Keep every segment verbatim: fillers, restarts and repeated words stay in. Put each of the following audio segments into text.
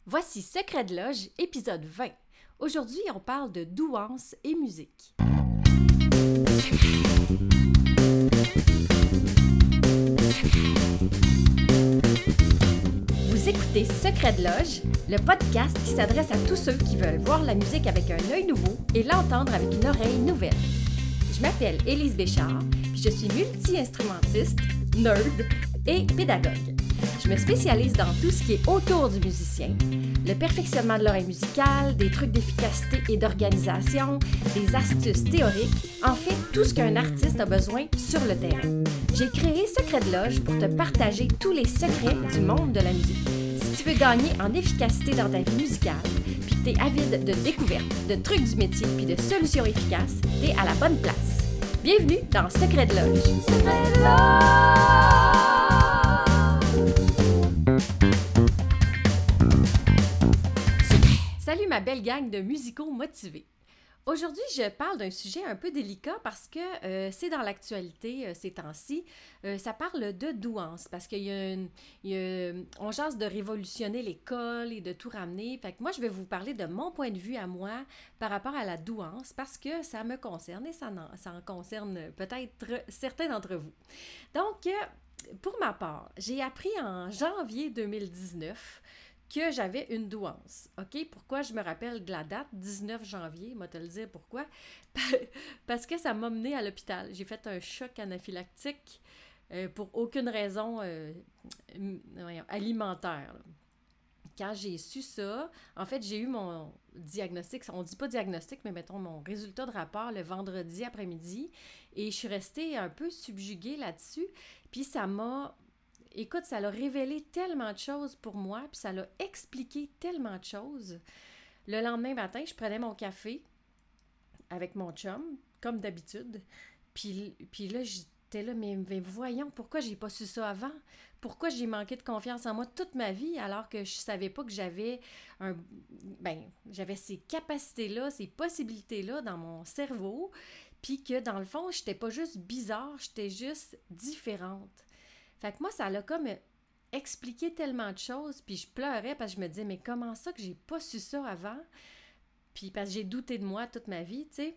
Voici Secret de Loge, épisode vingt. Aujourd'hui, on parle de douance et musique. Vous écoutez Secret de Loge, le podcast qui s'adresse à tous ceux qui veulent voir la musique avec un œil nouveau et l'entendre avec une oreille nouvelle. Je m'appelle Élise Béchard, puis je suis multi-instrumentiste, nerd et pédagogue. Je me spécialise dans tout ce qui est autour du musicien, le perfectionnement de l'oreille musicale, des trucs d'efficacité et d'organisation, des astuces théoriques, en fait, tout ce qu'un artiste a besoin sur le terrain. J'ai créé Secret de Loge pour te partager tous les secrets du monde de la musique. Si tu veux gagner en efficacité dans ta vie musicale, puis que tu es avide de découvertes, de trucs du métier puis de solutions efficaces, tu es à la bonne place. Bienvenue dans Secret de Loge. Secret de Loge! Salut ma belle gang de musicaux motivés. Aujourd'hui, je parle d'un sujet un peu délicat parce que euh, c'est dans l'actualité euh, ces temps-ci. Euh, ça parle de douance parce qu'il y a une, il y a, on jase de révolutionner l'école et de tout ramener. Fait que moi, je vais vous parler de mon point de vue à moi par rapport à la douance parce que ça me concerne et ça en, ça en concerne peut-être certains d'entre vous. Donc, euh, pour ma part, j'ai appris en janvier deux mille dix-neuf que j'avais une douance. OK? Pourquoi je me rappelle de la date, dix-neuf janvier, moi te le dire pourquoi. Parce que ça m'a mené à l'hôpital. J'ai fait un choc anaphylactique euh, pour aucune raison euh, voyons, alimentaire. Là. Quand j'ai su ça, en fait, j'ai eu mon diagnostic, on dit pas diagnostic, mais mettons mon résultat de rapport le vendredi après-midi et je suis restée un peu subjuguée là-dessus. Puis ça m'a Écoute, ça l'a révélé tellement de choses pour moi, puis ça l'a expliqué tellement de choses. Le lendemain matin, je prenais mon café avec mon chum, comme d'habitude. Puis, puis là, j'étais là, mais, mais voyons, pourquoi j'ai pas su ça avant? Pourquoi j'ai manqué de confiance en moi toute ma vie alors que je savais pas que j'avais un... Ben, j'avais ces capacités-là, ces possibilités-là dans mon cerveau, puis que dans le fond, j'étais pas juste bizarre, j'étais juste différente. Fait que moi, ça l'a comme expliqué tellement de choses, puis je pleurais parce que je me disais, mais comment ça que j'ai pas su ça avant? Puis parce que j'ai douté de moi toute ma vie, tu sais.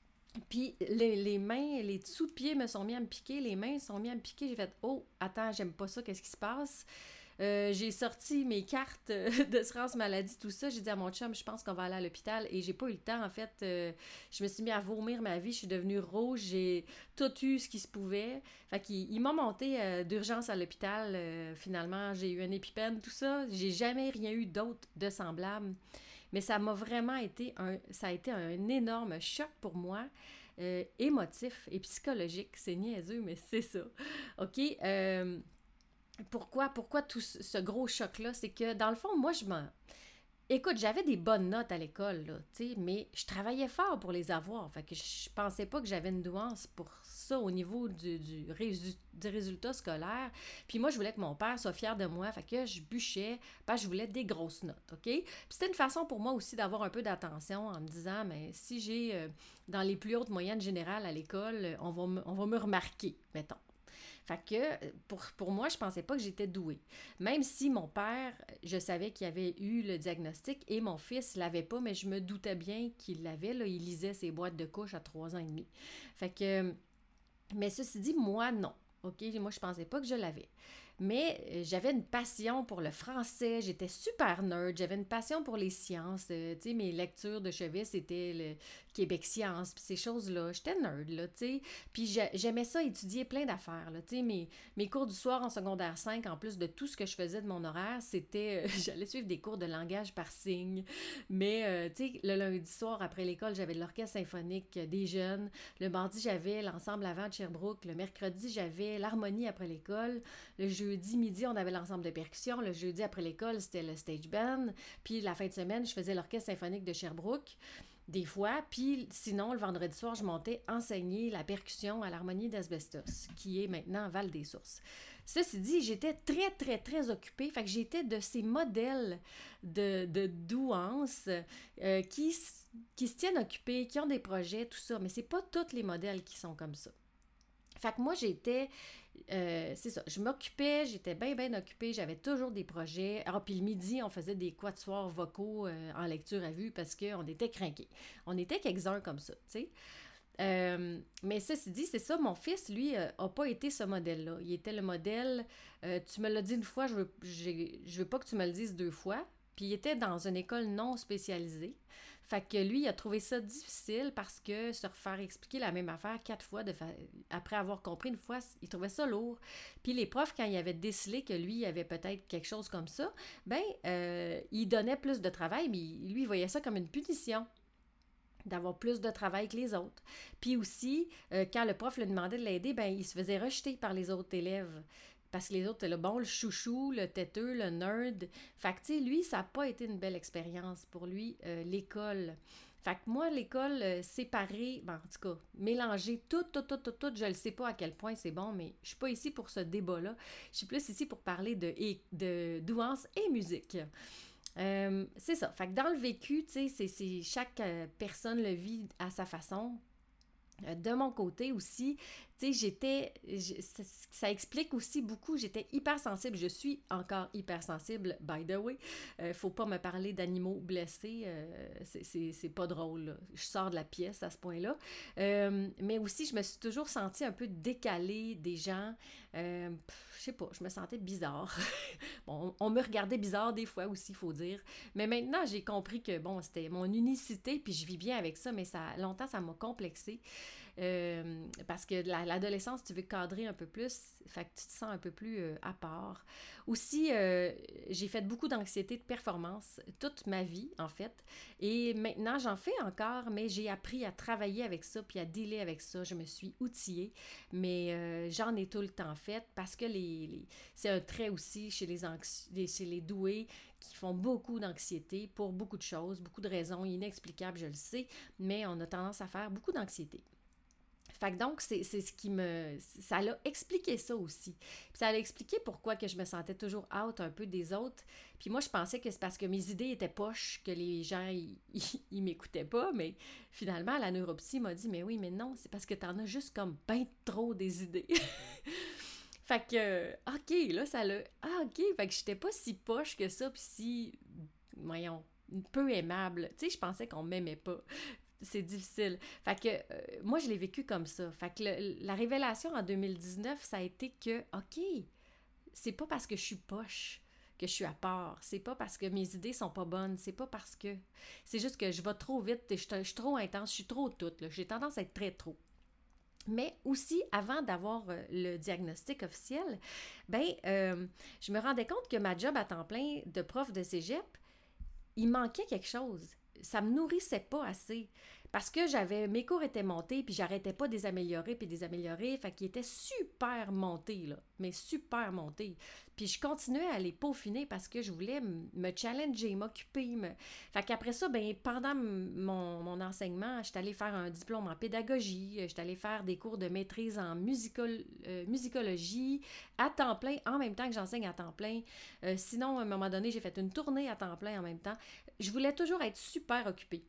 Puis les, les mains, les dessous de pieds me sont mis à me piquer, les mains sont mis à me piquer. J'ai fait, oh, attends, j'aime pas ça, qu'est-ce qui se passe? Euh, j'ai sorti mes cartes d'assurance maladie, tout ça. J'ai dit à mon chum, je pense qu'on va aller à l'hôpital. Et j'ai pas eu le temps, en fait. Euh, je me suis mis à vomir ma vie. Je suis devenue rouge. J'ai tout eu ce qui se pouvait. Fait qu'il il m'a monté euh, d'urgence à l'hôpital. Euh, finalement, j'ai eu un épipène, tout ça. J'ai jamais rien eu d'autre de semblable. Mais ça m'a vraiment été un... Ça a été un énorme choc pour moi. Euh, émotif et psychologique. C'est niaiseux, mais c'est ça. OK? Euh... Pourquoi, pourquoi tout ce gros choc-là? C'est que, dans le fond, moi, je m'en... Écoute, j'avais des bonnes notes à l'école, là, tu sais, mais je travaillais fort pour les avoir. Fait que je pensais pas que j'avais une douance pour ça au niveau du, du, résu- du résultat scolaire. Puis moi, je voulais que mon père soit fier de moi. Fait que je bûchais parce que je voulais des grosses notes, OK? Puis c'était une façon pour moi aussi d'avoir un peu d'attention en me disant, mais si j'ai euh, dans les plus hautes moyennes générales à l'école, on va me, on va me remarquer, mettons. Fait que pour, pour moi, je pensais pas que j'étais douée. Même si mon père, je savais qu'il avait eu le diagnostic et mon fils l'avait pas, mais je me doutais bien qu'il l'avait. Là, il lisait ses boîtes de couches à trois ans et demi. Fait que, mais ceci dit, moi, non. OK? Moi, je pensais pas que je l'avais. Mais euh, j'avais une passion pour le français, j'étais super nerd, j'avais une passion pour les sciences. Euh, tu sais, mes lectures de chevet, c'était le Québec Science, puis ces choses-là. J'étais nerd, là, tu sais. Puis j'a- j'aimais ça, étudier plein d'affaires, là. Tu sais, mes, mes cours du soir en secondaire cinq, en plus de tout ce que je faisais de mon horaire, c'était... Euh, j'allais suivre des cours de langage par signe. Mais, euh, tu sais, le lundi soir, après l'école, j'avais l'orchestre symphonique des jeunes. Le mardi, j'avais l'ensemble avant de Sherbrooke. Le mercredi, j'avais l'harmonie après l'école. Le jeudi midi, on avait l'ensemble de percussion. Le jeudi après l'école, c'était le stage band. Puis la fin de semaine, je faisais l'orchestre symphonique de Sherbrooke, des fois. Puis sinon, le vendredi soir, je montais enseigner la percussion à l'harmonie d'Asbestos, qui est maintenant Val-des-Sources. Ceci dit, j'étais très, très, très occupée. Fait que j'étais de ces modèles de, de douance euh, qui, qui se tiennent occupés, qui ont des projets, tout ça. Mais c'est pas tous les modèles qui sont comme ça. Fait que moi, j'étais, euh, c'est ça, je m'occupais, j'étais bien, bien occupée, j'avais toujours des projets. Alors, puis le midi, on faisait des quatuors vocaux euh, en lecture à vue parce qu'on était crinqués. On était quelques-uns comme ça, tu sais. Euh, mais ceci dit, c'est ça, mon fils, lui, euh, a pas été ce modèle-là. Il était le modèle, euh, tu me l'as dit une fois, je veux, j'ai- je veux pas que tu me le dises deux fois. Puis il était dans une école non spécialisée. Fait que lui, il a trouvé ça difficile parce que se refaire expliquer la même affaire quatre fois, de fa- après avoir compris une fois, il trouvait ça lourd. Puis les profs, quand ils avaient décelé que lui, il avait peut-être quelque chose comme ça, ben, euh, il donnait plus de travail, mais lui, il voyait ça comme une punition d'avoir plus de travail que les autres. Puis aussi, euh, quand le prof lui demandait de l'aider, ben il se faisait rejeter par les autres élèves. Parce que les autres, le bon, le chouchou, le têteux, le nerd. Fait que, tu sais, lui, ça n'a pas été une belle expérience pour lui, euh, l'école. Fait que moi, l'école euh, séparée, ben, en tout cas, mélanger tout, tout, tout, tout, tout, je ne sais pas à quel point c'est bon, mais je suis pas ici pour ce débat-là. Je suis plus ici pour parler de, de douance et musique. Euh, c'est ça. Fait que dans le vécu, tu sais, c'est, c'est chaque euh, personne le vit à sa façon. Euh, de mon côté aussi, tu sais, j'étais, je- ça, ça explique aussi beaucoup, j'étais hypersensible, je suis encore hypersensible, by the way. Euh, faut pas me parler d'animaux blessés, euh, c'est, c'est, c'est pas drôle, là. Je sors de la pièce à ce point-là. Euh, mais aussi, je me suis toujours sentie un peu décalée des gens. Euh, pff, je sais pas, je me sentais bizarre. Bon, on, on me regardait bizarre des fois aussi, il faut dire. Mais maintenant, j'ai compris que, bon, c'était mon unicité, puis je vis bien avec ça, mais ça, longtemps, ça m'a complexée. Euh, parce que la, l'adolescence, tu veux cadrer un peu plus, fait que tu te sens un peu plus euh, à part. Aussi, euh, j'ai fait beaucoup d'anxiété de performance toute ma vie, en fait. Et maintenant, j'en fais encore, mais j'ai appris à travailler avec ça, puis à dealer avec ça. Je me suis outillée, mais euh, j'en ai tout le temps fait parce que les, les c'est un trait aussi chez les, anxi- chez les doués qui font beaucoup d'anxiété pour beaucoup de choses, beaucoup de raisons inexplicables, je le sais, mais on a tendance à faire beaucoup d'anxiété. Fait que donc, c'est, c'est ce qui me... Ça l'a expliqué ça aussi. Puis ça l'a expliqué pourquoi que je me sentais toujours out un peu des autres. Puis moi, je pensais que c'est parce que mes idées étaient poches, que les gens, ils, ils m'écoutaient pas. Mais finalement, la neuropsy m'a dit, mais oui, mais non, c'est parce que t'en as juste comme ben trop des idées. Fait que, OK, là, ça l'a... Ah, OK, fait que j'étais pas si poche que ça, puis si, voyons, peu aimable. Tu sais, je pensais qu'on m'aimait pas. C'est difficile. Fait que euh, moi, je l'ai vécu comme ça. Fait que le- la révélation en deux mille dix-neuf, ça a été que, OK, c'est pas parce que je suis poche que je suis à part. C'est pas parce que mes idées sont pas bonnes. C'est pas parce que... C'est juste que je vais trop vite et je, je suis trop intense. Je suis trop toute, là. J'ai tendance à être très trop. Mais aussi, avant d'avoir euh, le diagnostic officiel, ben, euh, je me rendais compte que ma job à temps plein de prof de cégep, il manquait quelque chose. Ça me nourrissait pas assez. Parce que j'avais, mes cours étaient montés, puis j'arrêtais pas de les améliorer, puis de les améliorer. Fait qu'ils étaient super montés, là. Mais super montés. Puis je continuais à les peaufiner parce que je voulais me challenger, m'occuper. Me... Fait qu'après ça, ben, pendant mon, mon enseignement, j'étais allée faire un diplôme en pédagogie, j'étais allée faire des cours de maîtrise en musicol, euh, musicologie à temps plein, en même temps que j'enseigne à temps plein. Euh, sinon, à un moment donné, j'ai fait une tournée à temps plein en même temps. Je voulais toujours être super occupée.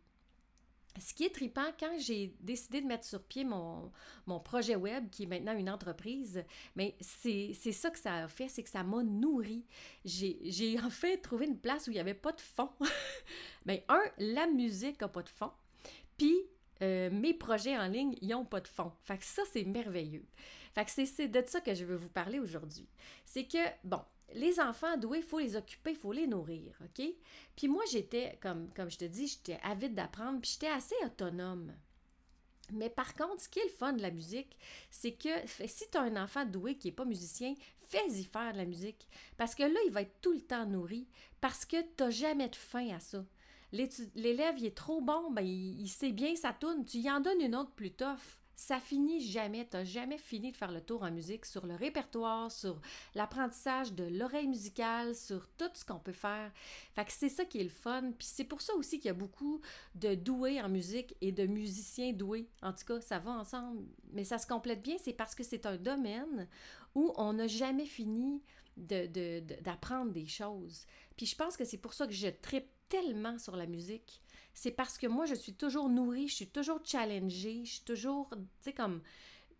Ce qui est trippant, quand j'ai décidé de mettre sur pied mon, mon projet web, qui est maintenant une entreprise, mais c'est, c'est ça que ça a fait, c'est que ça m'a nourri. J'ai, j'ai en fait trouvé une place où il n'y avait pas de fond. Mais un, la musique n'a pas de fond, puis euh, mes projets en ligne, ils n'ont pas de fond. Fait que ça, c'est merveilleux. Fait que c'est, c'est de ça que je veux vous parler aujourd'hui. C'est que, bon, les enfants doués, il faut les occuper, il faut les nourrir, OK? Puis moi, j'étais, comme, comme je te dis, j'étais avide d'apprendre, puis j'étais assez autonome. Mais par contre, ce qui est le fun de la musique, c'est que si tu as un enfant doué qui n'est pas musicien, fais-y faire de la musique. Parce que là, il va être tout le temps nourri, parce que tu n'as jamais de faim à ça. L'élève, il est trop bon, ben, il, il sait bien sa tourne, tu y en donnes une autre plus tough. Ça finit jamais, tu n'as jamais fini de faire le tour en musique sur le répertoire, sur l'apprentissage de l'oreille musicale, sur tout ce qu'on peut faire. Fait que c'est ça qui est le fun. Puis c'est pour ça aussi qu'il y a beaucoup de doués en musique et de musiciens doués. En tout cas, ça va ensemble. Mais ça se complète bien, c'est parce que c'est un domaine où on n'a jamais fini de, de, de, d'apprendre des choses. Puis je pense que c'est pour ça que je trippe tellement sur la musique. C'est parce que moi, je suis toujours nourrie, je suis toujours challengée, je suis toujours, tu sais, comme...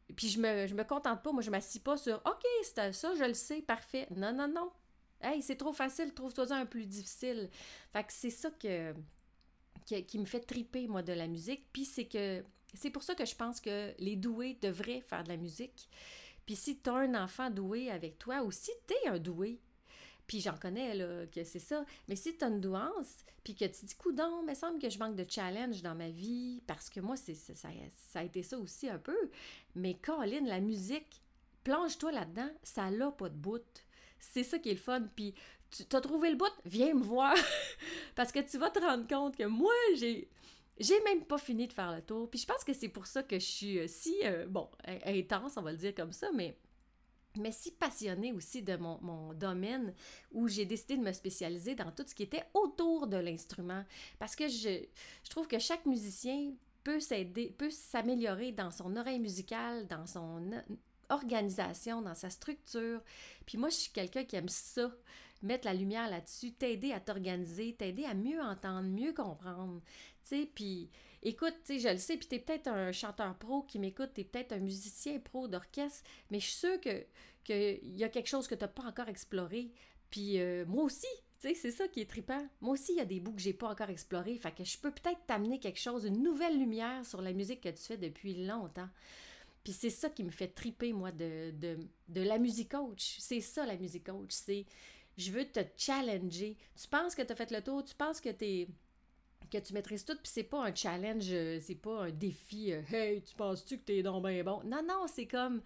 Puis je me, je me contente pas, moi je m'assis pas sur OK, c'est ça, je le sais, parfait. Non, non, non. Hey, c'est trop facile, trouve-toi un plus difficile. Fait que c'est ça que, que- qui me fait triper, moi, de la musique. Puis c'est que c'est pour ça que je pense que les doués devraient faire de la musique. Puis si t'as un enfant doué avec toi, ou si t'es un doué, puis j'en connais, là, que c'est ça. Mais si tu as une douance, puis que tu dis, coudonc, il me semble que je manque de challenge dans ma vie, parce que moi, c'est, ça, ça, ça a été ça aussi un peu. Mais Colin, la musique, plonge-toi là-dedans, ça l'a pas de bout. C'est ça qui est le fun. Puis tu as trouvé le bout, viens me voir. Parce que tu vas te rendre compte que moi, j'ai. J'ai même pas fini de faire le tour. Puis je pense que c'est pour ça que je suis euh, si, euh, bon, intense, on va le dire comme ça, mais mais si passionnée aussi de mon, mon domaine où j'ai décidé de me spécialiser dans tout ce qui était autour de l'instrument. Parce que je, je trouve que chaque musicien peut s'aider, peut s'améliorer dans son oreille musicale, dans son organisation, dans sa structure. Puis moi, je suis quelqu'un qui aime ça, mettre la lumière là-dessus, t'aider à t'organiser, t'aider à mieux entendre, mieux comprendre. Tu sais, puis écoute, tu sais, je le sais, puis t'es peut-être un chanteur pro qui m'écoute, t'es peut-être un musicien pro d'orchestre, mais je suis sûre que qu'il y a quelque chose que t'as pas encore exploré. Puis euh, moi aussi, tu sais, c'est ça qui est trippant. Moi aussi, il y a des bouts que j'ai pas encore explorés, fait que je peux peut-être t'amener quelque chose, une nouvelle lumière sur la musique que tu fais depuis longtemps. Puis c'est ça qui me fait triper, moi, de, de, de la musique coach. C'est ça, la musique coach. C'est, je veux te challenger. Tu penses que tu as fait le tour, tu penses que t'es que tu maîtrises tout, puis c'est pas un challenge, euh, c'est pas un défi. euh, Hey, tu penses-tu que t'es donc bien bon? Non, non, c'est comme,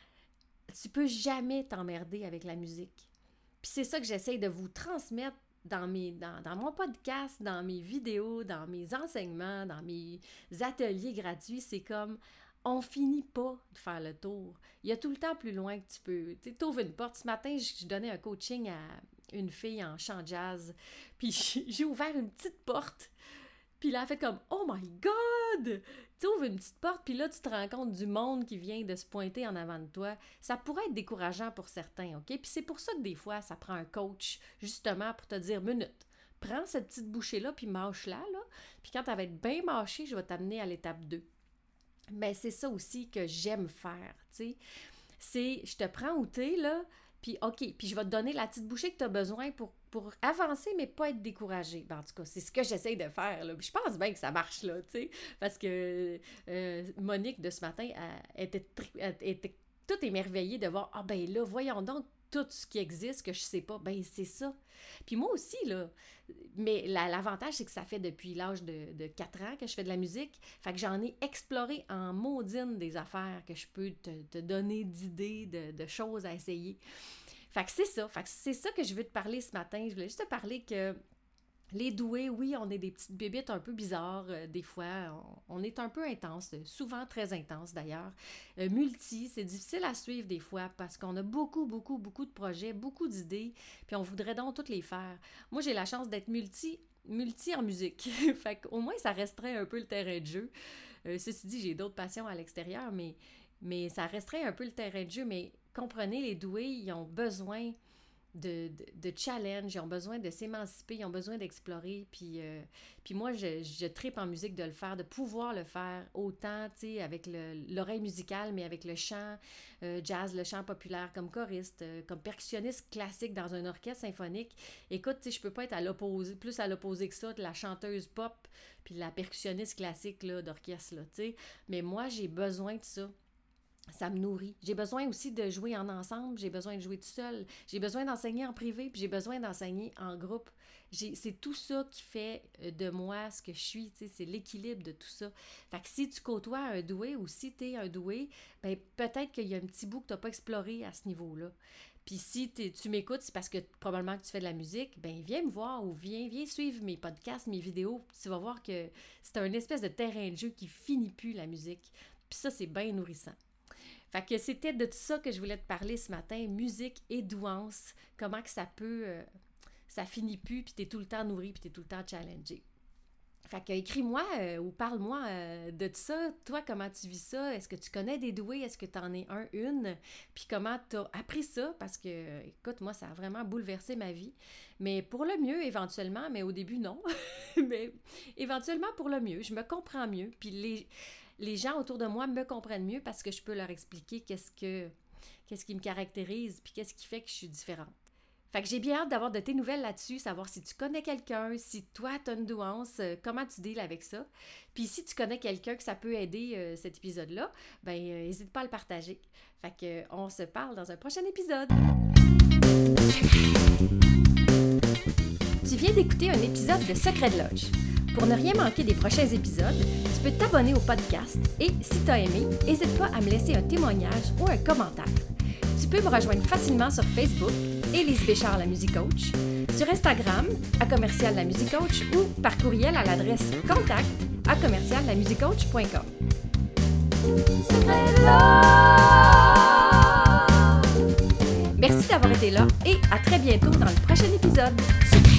tu peux jamais t'emmerder avec la musique. Puis c'est ça que j'essaye de vous transmettre dans, mes, dans, dans mon podcast, dans mes vidéos, dans mes enseignements, dans mes ateliers gratuits. C'est comme, on finit pas de faire le tour. Il y a tout le temps plus loin que tu peux. Tu ouvres une porte. Ce matin, je donnais un coaching à une fille en chant jazz. Puis j'ai ouvert une petite porte. Puis là, elle a fait comme « Oh my God! » Tu ouvres une petite porte, puis là, tu te rends compte du monde qui vient de se pointer en avant de toi. Ça pourrait être décourageant pour certains, OK? Puis c'est pour ça que des fois, ça prend un coach, justement, pour te dire « Minute, prends cette petite bouchée-là, puis mâche-la, là. Puis quand elle va être bien mâchée, je vais t'amener à l'étape deux. » Mais c'est ça aussi que j'aime faire, tu sais. C'est, je te prends où t'es, là, puis OK, puis je vais te donner la petite bouchée que tu as besoin pour, pour avancer, mais pas être découragé. Ben, en tout cas, c'est ce que j'essaye de faire, là. Puis je pense bien que ça marche, là, tu sais, parce que euh, Monique, de ce matin, elle, était, elle était toute émerveillée de voir, ah ben là, voyons donc, tout ce qui existe que je sais pas, ben c'est ça. Puis moi aussi, là, mais la, l'avantage, c'est que ça fait depuis l'âge de, de quatre ans que je fais de la musique, fait que j'en ai exploré en maudine des affaires que je peux te, te donner d'idées, de, de choses à essayer. Fait que c'est ça, fait que c'est ça que je veux te parler ce matin. Je voulais juste te parler que les doués, oui, on est des petites bébites un peu bizarres, euh, des fois, on, on est un peu intense, euh, souvent très intense d'ailleurs. Euh, multi, c'est difficile à suivre des fois parce qu'on a beaucoup, beaucoup, beaucoup de projets, beaucoup d'idées, puis on voudrait donc toutes les faire. Moi, j'ai la chance d'être multi, multi en musique, fait qu'au moins ça resterait un peu le terrain de jeu. Euh, ceci dit, j'ai d'autres passions à l'extérieur, mais, mais ça resterait un peu le terrain de jeu, mais comprenez, les doués, ils ont besoin de, de, de challenge, ils ont besoin de s'émanciper, ils ont besoin d'explorer. Puis, euh, puis moi, je, je tripe en musique de le faire, de pouvoir le faire autant, tu sais, avec le, l'oreille musicale, mais avec le chant euh, jazz, le chant populaire, comme choriste, euh, comme percussionniste classique dans un orchestre symphonique. Écoute, tu sais, je peux pas être à l'opposé, plus à l'opposé que ça, de la chanteuse pop, puis de la percussionniste classique là, d'orchestre, là, tu sais. Mais moi, j'ai besoin de ça. Ça me nourrit. J'ai besoin aussi de jouer en ensemble, j'ai besoin de jouer tout seul, j'ai besoin d'enseigner en privé, puis j'ai besoin d'enseigner en groupe. J'ai, c'est tout ça qui fait de moi ce que je suis, tu sais, c'est l'équilibre de tout ça. Fait que si tu côtoies un doué ou si t'es un doué, ben peut-être qu'il y a un petit bout que t'as pas exploré à ce niveau-là. Puis si tu m'écoutes, c'est parce que probablement que tu fais de la musique, ben viens me voir ou viens, viens suivre mes podcasts, mes vidéos, tu vas voir que c'est un espèce de terrain de jeu qui finit plus la musique. Puis ça, c'est bien nourrissant. Fait que c'était de tout ça que je voulais te parler ce matin, musique et douance, comment que ça peut, euh, ça finit plus, puis t'es tout le temps nourri, puis t'es tout le temps challengé. Fait que écris-moi euh, ou parle-moi euh, de ça. Toi, comment tu vis ça? Est-ce que tu connais des doués? Est-ce que tu en es un, une? Puis comment tu as appris ça? Parce que, écoute, moi, ça a vraiment bouleversé ma vie. Mais pour le mieux, éventuellement, mais au début, non. Mais éventuellement, pour le mieux. Je me comprends mieux. Puis les, les gens autour de moi me comprennent mieux parce que je peux leur expliquer qu'est-ce que qu'est-ce qui me caractérise puis qu'est-ce qui fait que je suis différente. Fait que j'ai bien hâte d'avoir de tes nouvelles là-dessus, savoir si tu connais quelqu'un, si toi tu as une douance, euh, comment tu deals avec ça. Puis si tu connais quelqu'un que ça peut aider euh, cet épisode-là, ben n'hésite euh, pas à le partager. Fait que euh, on se parle dans un prochain épisode. Tu viens d'écouter un épisode de Secret de Lodge. Pour ne rien manquer des prochains épisodes, tu peux t'abonner au podcast et si tu as aimé, n'hésite pas à me laisser un témoignage ou un commentaire. Tu peux me rejoindre facilement sur Facebook, Élise Béchard, la Music Coach, sur Instagram, à commercial la music coach ou par courriel à l'adresse contact à commercial la music coach point com. Merci d'avoir été là et à très bientôt dans le prochain épisode.